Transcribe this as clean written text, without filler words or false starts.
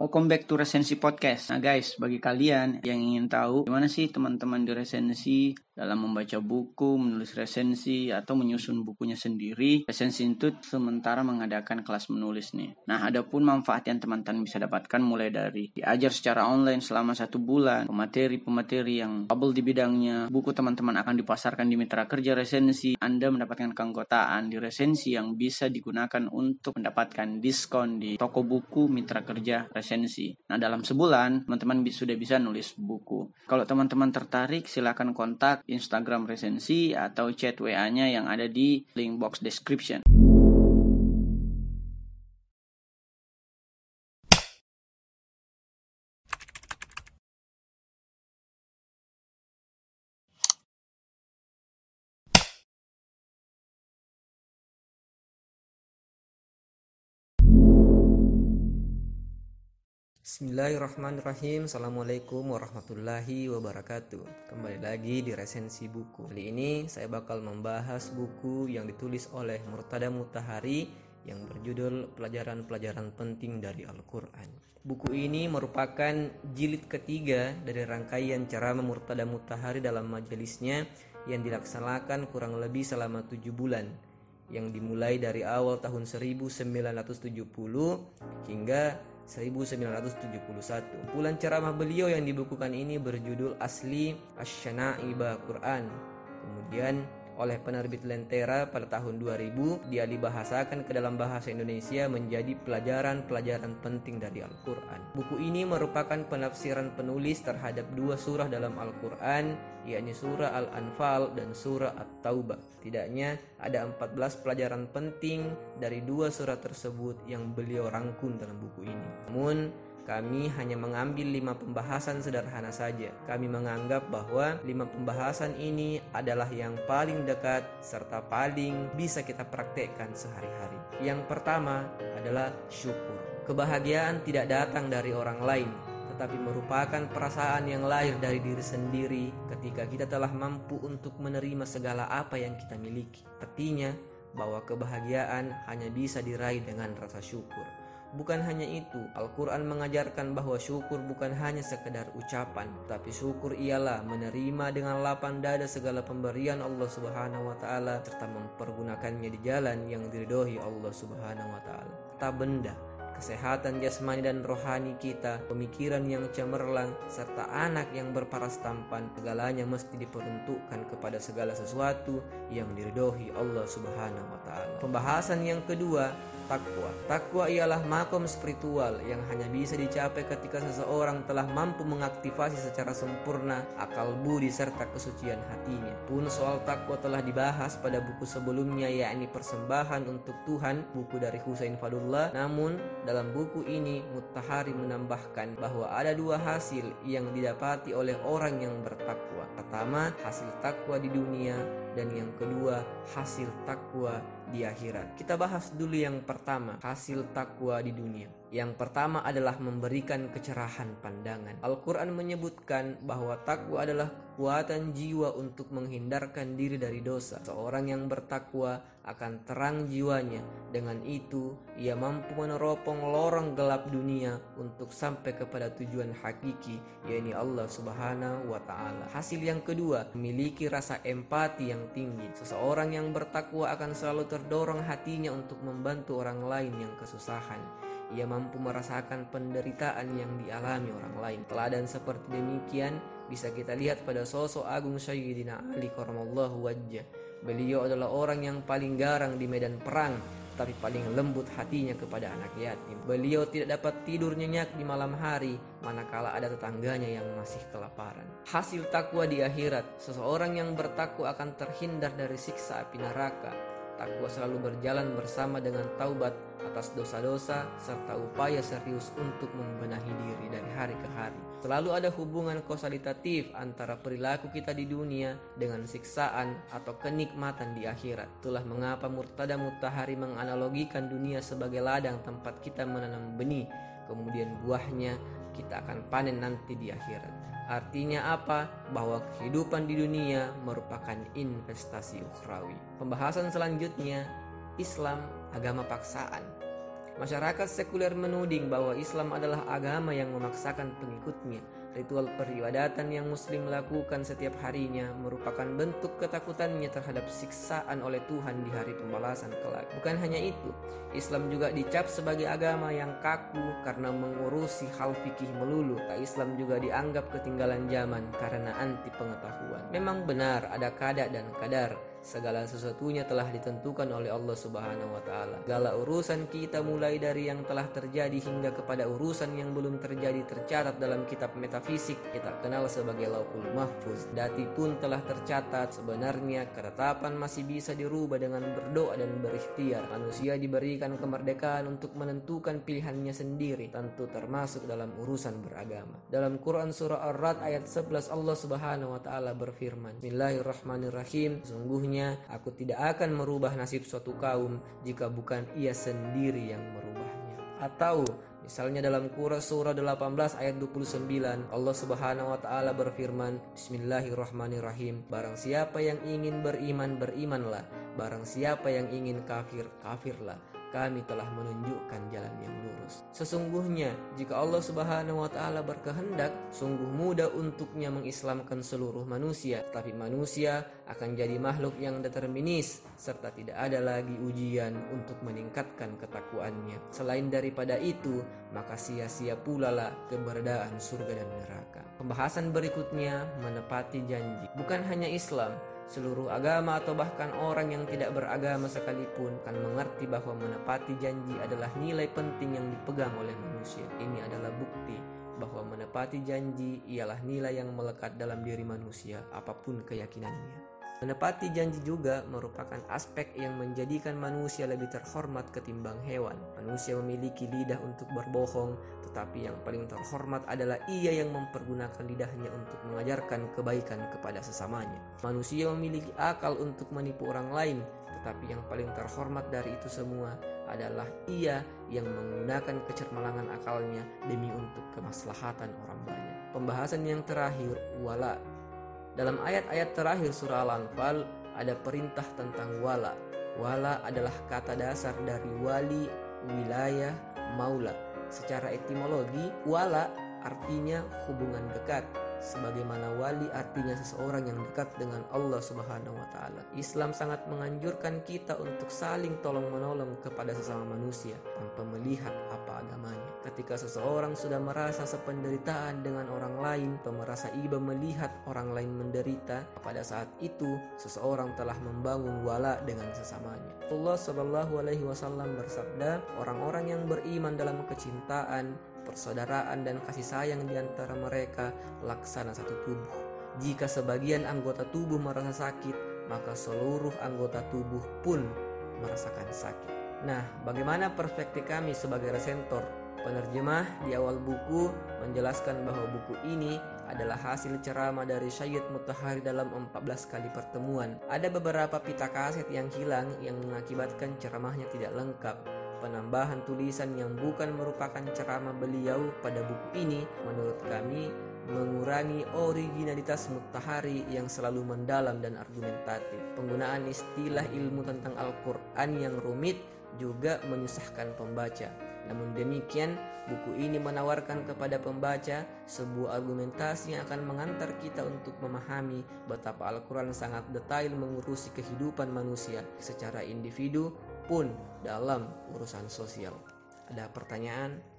Welcome back to Resensi Podcast. Nah guys, bagi kalian yang ingin tahu gimana sih teman-teman di Resensi dalam membaca buku, menulis resensi, atau menyusun bukunya sendiri, Resensi itu sementara mengadakan kelas menulis nih. Nah, adapun manfaat yang teman-teman bisa dapatkan mulai dari diajar secara online selama 1 bulan, pemateri-pemateri yang bubble di bidangnya, buku teman-teman akan dipasarkan di mitra kerja Resensi, Anda mendapatkan keanggotaan di Resensi yang bisa digunakan untuk mendapatkan diskon di toko buku mitra kerja Resensi. Nah, dalam sebulan, teman-teman sudah bisa nulis buku. Kalau teman-teman tertarik, silakan kontak Instagram Resensi atau chat WA-nya yang ada di link box description. Bismillahirrahmanirrahim. Assalamualaikum warahmatullahi wabarakatuh. Kembali lagi di Resensi Buku. Kali ini saya bakal membahas buku yang ditulis oleh Murtada Mutahari yang berjudul Pelajaran-Pelajaran Penting dari Al-Quran. Buku ini merupakan jilid ketiga dari rangkaian ceramah Murtada Mutahari dalam majelisnya yang dilaksanakan kurang lebih selama 7 bulan, yang dimulai dari awal tahun 1970 hingga 1971. Kumpulan ceramah beliau yang dibukukan ini berjudul Asli Asy-Syana'iba Quran. Kemudian oleh penerbit Lentera pada tahun 2000 dia dibahasakan ke dalam bahasa Indonesia menjadi pelajaran-pelajaran penting dari Al-Quran. Buku ini merupakan penafsiran penulis terhadap 2 surah dalam Al-Quran, yakni surah Al-Anfal dan surah At-Taubah. Setidaknya ada 14 pelajaran penting dari 2 surah tersebut yang beliau rangkum dalam buku ini. Namun kami hanya mengambil 5 pembahasan sederhana saja. Kami menganggap bahwa 5 pembahasan ini adalah yang paling dekat serta paling bisa kita praktekkan sehari-hari. Yang pertama adalah syukur. Kebahagiaan tidak datang dari orang lain, tetapi merupakan perasaan yang lahir dari diri sendiri ketika kita telah mampu untuk menerima segala apa yang kita miliki. Artinya bahwa kebahagiaan hanya bisa diraih dengan rasa syukur. Bukan hanya itu, Al-Quran mengajarkan bahwa syukur bukan hanya sekedar ucapan, tapi syukur ialah menerima dengan lapang dada segala pemberian Allah Subhanahu wa Ta'ala serta mempergunakannya di jalan yang diridhoi Allah Subhanahu wa Ta'ala. Tak benda, kesehatan jasmani dan rohani kita, pemikiran yang cemerlang, serta anak yang berparas tampan, segalanya mesti diperuntukkan kepada segala sesuatu yang diridhoi Allah Subhanahu wa Ta'ala. Pembahasan yang kedua, takwa. Takwa ialah makom spiritual yang hanya bisa dicapai ketika seseorang telah mampu mengaktifasi secara sempurna akal budi serta kesucian hatinya. Pun soal takwa telah dibahas pada buku sebelumnya, yakni Persembahan untuk Tuhan, buku dari Husain Fadullah. Namun dalam buku ini Mutahari menambahkan bahwa ada 2 hasil yang didapati oleh orang yang bertakwa. Pertama, hasil takwa di dunia, dan yang kedua, hasil takwa di akhirat. Kita bahas dulu yang pertama, hasil takwa di dunia. Yang pertama adalah memberikan kecerahan pandangan. Al-Quran menyebutkan bahwa takwa adalah kekuatan jiwa untuk menghindarkan diri dari dosa. Seorang yang bertakwa akan terang jiwanya. Dengan itu, ia mampu meneropong lorong gelap dunia untuk sampai kepada tujuan hakiki, yakni Allah Subhanahu wa Ta'ala. Hasil yang kedua, memiliki rasa empati yang tinggi. Seseorang yang bertakwa akan selalu terdorong hatinya untuk membantu orang lain yang kesusahan. Ia mampu merasakan penderitaan yang dialami orang lain. Teladan seperti demikian bisa kita lihat pada sosok agung Sayyidina Ali karramallahu wajhah. Beliau adalah orang yang paling garang di medan perang, tapi paling lembut hatinya kepada anak yatim. Beliau tidak dapat tidur nyenyak di malam hari manakala ada tetangganya yang masih kelaparan. Hasil takwa di akhirat, seseorang yang bertakwa akan terhindar dari siksa api neraka. Takwa selalu berjalan bersama dengan taubat atas dosa-dosa serta upaya serius untuk membenahi diri dari hari ke hari. Selalu ada hubungan kausalitatif antara perilaku kita di dunia dengan siksaan atau kenikmatan di akhirat. Itulah mengapa Murtada Mutahari menganalogikan dunia sebagai ladang tempat kita menanam benih, kemudian buahnya kita akan panen nanti di akhirat. Artinya apa? Bahwa kehidupan di dunia merupakan investasi ukhrawi. Pembahasan selanjutnya, Islam agama paksaan. Masyarakat sekuler menuding bahwa Islam adalah agama yang memaksakan pengikutnya. Ritual peribadatan yang Muslim lakukan setiap harinya merupakan bentuk ketakutannya terhadap siksaan oleh Tuhan di hari pembalasan kelak. Bukan hanya itu, Islam juga dicap sebagai agama yang kaku karena mengurusi hal fikih melulu. Islam juga dianggap ketinggalan zaman karena anti pengetahuan. Memang benar ada qada dan qadar. Segala sesuatunya telah ditentukan oleh Allah Subhanahu wa taala. Segala urusan kita mulai dari yang telah terjadi hingga kepada urusan yang belum terjadi tercatat dalam kitab metafisik kita kenal sebagai Lauhul Mahfuz. Dati pun telah tercatat. Sebenarnya ketetapan masih bisa dirubah dengan berdoa dan berikhtiar. Manusia diberikan kemerdekaan untuk menentukan pilihannya sendiri, tentu termasuk dalam urusan beragama. Dalam Quran surah Ar-Ra'd ayat 11 Allah Subhanahu wa taala berfirman, Bismillahirrahmanirrahim. Sungguhnya aku tidak akan merubah nasib suatu kaum jika bukan ia sendiri yang merubahnya. Atau misalnya dalam Quran surah 18 ayat 29 Allah Subhanahu wa taala berfirman, Bismillahirrahmanirrahim. Barang siapa yang ingin beriman, berimanlah. Barang siapa yang ingin kafir, kafirlah. Kami telah menunjukkan jalan yang lurus. Sesungguhnya jika Allah Subhanahu wa taala berkehendak, sungguh mudah untuknya mengislamkan seluruh manusia, tetapi manusia akan jadi makhluk yang determinis serta tidak ada lagi ujian untuk meningkatkan ketakwaannya. Selain daripada itu, maka sia-sia pula lah keberadaan surga dan neraka. Pembahasan berikutnya menepati janji. Bukan hanya Islam, seluruh agama atau bahkan orang yang tidak beragama sekalipun akan mengerti bahwa menepati janji adalah nilai penting yang dipegang oleh manusia. Ini adalah bukti bahwa menepati janji ialah nilai yang melekat dalam diri manusia apapun keyakinannya. Menepati janji juga merupakan aspek yang menjadikan manusia lebih terhormat ketimbang hewan. Manusia memiliki lidah untuk berbohong, tetapi yang paling terhormat adalah ia yang mempergunakan lidahnya untuk mengajarkan kebaikan kepada sesamanya. Manusia memiliki akal untuk menipu orang lain, tetapi yang paling terhormat dari itu semua adalah ia yang menggunakan kecermelangan akalnya demi untuk kemaslahatan orang banyak. Pembahasan yang terakhir, wala. Dalam ayat-ayat terakhir surah Al-Anfal ada perintah tentang wala. Wala adalah kata dasar dari wali, wilayah, maula. Secara etimologi, wala artinya hubungan dekat, sebagaimana wali artinya seseorang yang dekat dengan Allah Subhanahu wa taala. Islam sangat menganjurkan kita untuk saling tolong-menolong kepada sesama manusia tanpa melihat apa agamanya. Ketika seseorang sudah merasa sependeritaan dengan orang lain atau merasa iba melihat orang lain menderita, pada saat itu seseorang telah membangun wala dengan sesamanya. Allah Shallallahu Alaihi Wasallam bersabda, orang-orang yang beriman dalam kecintaan, persaudaraan dan kasih sayang di antara mereka laksana satu tubuh. Jika sebagian anggota tubuh merasa sakit, maka seluruh anggota tubuh pun merasakan sakit. Nah, bagaimana perspektif kami sebagai resentor? Penerjemah di awal buku menjelaskan bahwa buku ini adalah hasil ceramah dari Syed Mutahari dalam 14 kali pertemuan. Ada beberapa pita kaset yang hilang yang mengakibatkan ceramahnya tidak lengkap. Penambahan tulisan yang bukan merupakan ceramah beliau pada buku ini menurut kami mengurangi originalitas Mutahari yang selalu mendalam dan argumentatif. Penggunaan istilah ilmu tentang Al-Quran yang rumit juga menyusahkan pembaca. Namun demikian, buku ini menawarkan kepada pembaca sebuah argumentasi yang akan mengantar kita untuk memahami betapa Al-Quran sangat detail mengurusi kehidupan manusia secara individu pun dalam urusan sosial. Ada pertanyaan?